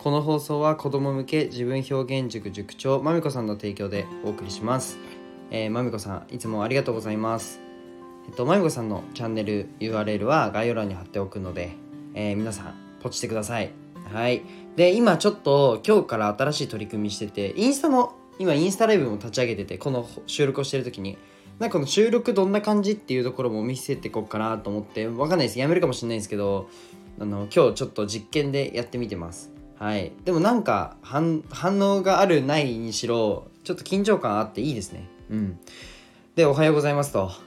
この放送は子供向け自分表現塾塾長まみこさんの提供でお送りします。まみこさんいつもありがとうございます。まみこさんのチャンネル URL は概要欄に貼っておくので、皆さんポチってください。はい。で今ちょっと今日から新しい取り組みしてて、インスタライブも立ち上げてて、この収録をしてる時にこの収録どんな感じっていうところも見せていこうかなと思って、わかんないです、やめるかもしれないんですけど、今日ちょっと実験でやってみてます。はい。でも反応があるないにしろちょっと緊張感あっていいですね。でおはようございますと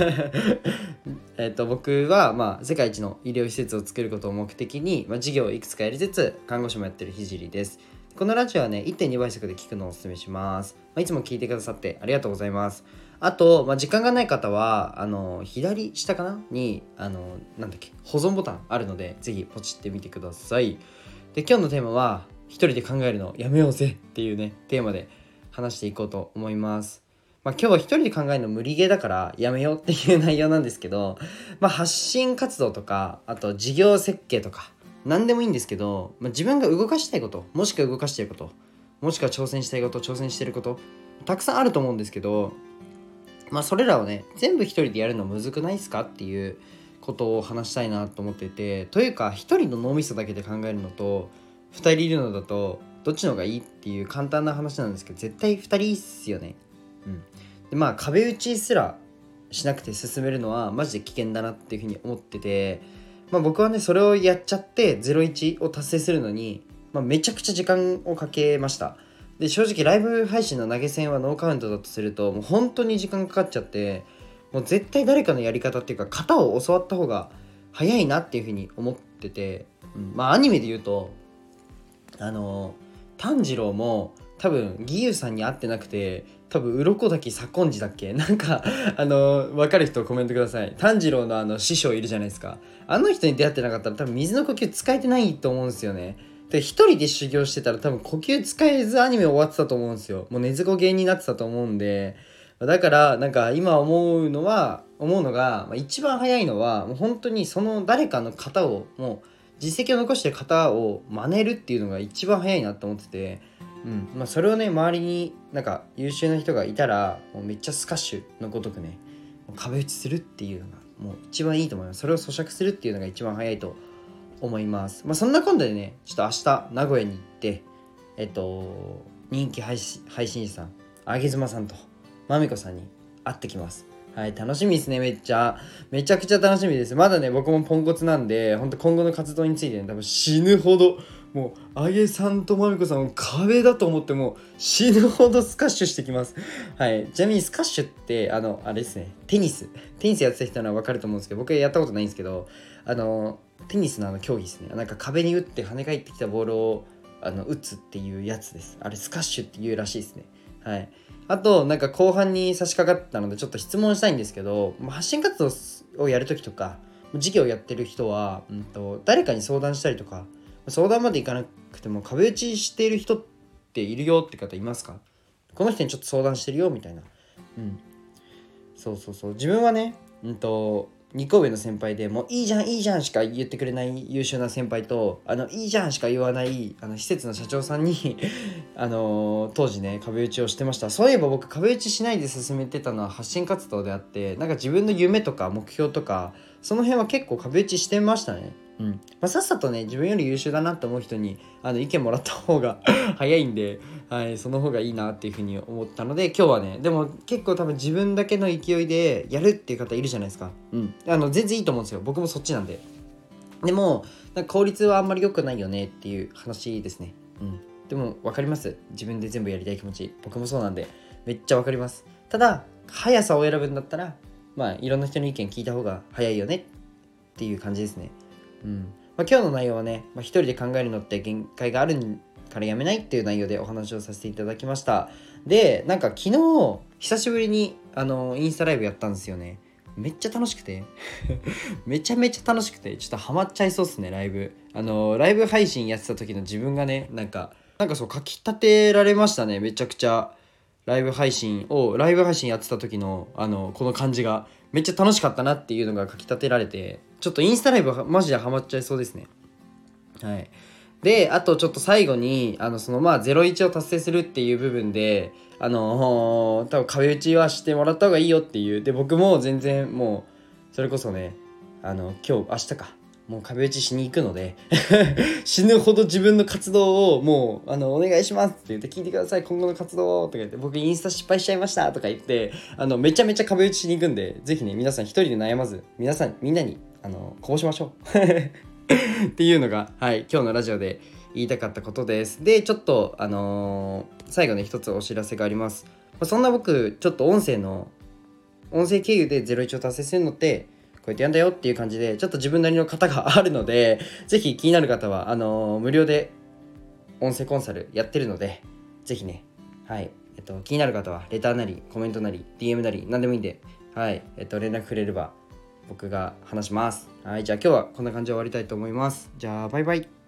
僕は世界一の医療施設を作ることを目的に、事業をいくつかやりつつ看護師もやってるひじりです。このラジオはね 1.2 倍速で聞くのをお勧めします。いつも聞いてくださってありがとうございます。あと、時間がない方は左下かなに保存ボタンあるのでぜひポチってみてください。で今日のテーマは一人で考えるのやめようぜっていうねテーマで話していこうと思います。今日は一人で考えるの無理ゲーだからやめようっていう内容なんですけど、発信活動とかあと事業設計とか何でもいいんですけど、自分が動かしたいこと、もしくは動かしていること、もしくは挑戦したいこと、挑戦していることたくさんあると思うんですけど、それらをね全部一人でやるのむずくないですかっていうことを話したいなと思っていて、というか一人の脳みそだけで考えるのと二人いるのだとどっちの方がいいっていう簡単な話なんですけど、絶対二人いいっすよね。で壁打ちすらしなくて進めるのはマジで危険だなっていうふうに思ってて、僕はねそれをやっちゃって01を達成するのに、めちゃくちゃ時間をかけました。で正直ライブ配信の投げ銭はノーカウントだとするともう本当に時間かかっちゃって、もう絶対誰かのやり方っていうか型を教わった方が早いなっていうふうに思ってて、アニメで言うと炭治郎も多分義勇さんに会ってなくて、多分鱗滝左近次だっけ分かる人コメントください。炭治郎の師匠いるじゃないですか。あの人に出会ってなかったら多分水の呼吸使えてないと思うんですよね。で一人で修行してたら多分呼吸使えずアニメ終わってたと思うんですよ。もう根津芸になってたと思うんで、だから今思うのが、一番早いのはもう本当にその誰かの型をもう実績を残してる型を真似るっていうのが一番早いなと思ってて、それをね周りに優秀な人がいたらもうめっちゃスカッシュのごとくね壁打ちするっていうのがもう一番いいと思います。それを咀嚼するっていうのが一番早いと思います。そんな今度でねちょっと明日名古屋に行って人気配信者さんあげずまさんとまみこさんに会ってきます。はい、楽しみですね。めちゃくちゃ楽しみです。まだね僕もポンコツなんで本当今後の活動についてね多分死ぬほどもうあげさんとまみこさんを壁だと思っても死ぬほどスカッシュしてきます。はい。ちなみにスカッシュってあれですね、テニスやってた人なら分かると思うんですけど、僕はやったことないんですけどテニスの競技ですね。壁に打って跳ね返ってきたボールを打つっていうやつです。あれスカッシュっていうらしいですね。はい。あと後半に差し掛かったのでちょっと質問したいんですけど、発信活動をやるときとか事業をやってる人は、誰かに相談したりとか、相談までいかなくても壁打ちしている人っているよって方いますか？この人にちょっと相談してるよみたいな。そう自分はね2個上の先輩でもういいじゃんしか言ってくれない優秀な先輩といいじゃんしか言わない施設の社長さんに当時ね壁打ちをしてました。そういえば僕壁打ちしないで進めてたのは発信活動であって、自分の夢とか目標とかその辺は結構壁打ちしてましたね。さっさとね自分より優秀だなと思う人に意見もらった方が早いんで、はい、その方がいいなっていうふうに思ったので今日はね、でも結構多分自分だけの勢いでやるっていう方いるじゃないですか。全然いいと思うんですよ。僕もそっちなんで。でも効率はあんまり良くないよねっていう話ですね。でも分かります。自分で全部やりたい気持ち、僕もそうなんでめっちゃ分かります。ただ速さを選ぶんだったらいろんな人の意見聞いた方が早いよねっていう感じですね。今日の内容はね、一人で考えるのって限界があるからやめないっていう内容でお話をさせていただきました。で昨日久しぶりにインスタライブやったんですよね。めっちゃ楽しくてめちゃめちゃ楽しくてちょっとハマっちゃいそうっすね。ライブ配信やってた時の自分がねそうかき立てられましたね。めちゃくちゃライブ配信やってた時のこの感じがめっちゃ楽しかったなっていうのがかき立てられて、ちょっとインスタライブマジでハマっちゃいそうですね。はい。 であとちょっと最後にその01を達成するっていう部分で多分壁打ちはしてもらった方がいいよっていうで僕も全然もうそれこそね今日明日かもう壁打ちしに行くので死ぬほど自分の活動をもうお願いしますって言って聞いてください今後の活動をとか言って僕インスタ失敗しちゃいましたとか言ってめちゃめちゃ壁打ちしに行くんでぜひね皆さん一人で悩まずみんなにこうしましょうっていうのがはい今日のラジオで言いたかったことです。でちょっと最後ね一つお知らせがあります。そんな僕ちょっと音声経由で01を達成するのってこうやってやんだよっていう感じでちょっと自分なりの型があるのでぜひ気になる方は無料で音声コンサルやってるのでぜひねはい気になる方はレターなりコメントなり DM なり何でもいいんではい連絡くれれば僕が話します。はいじゃあ今日はこんな感じで終わりたいと思います。じゃあバイバイ。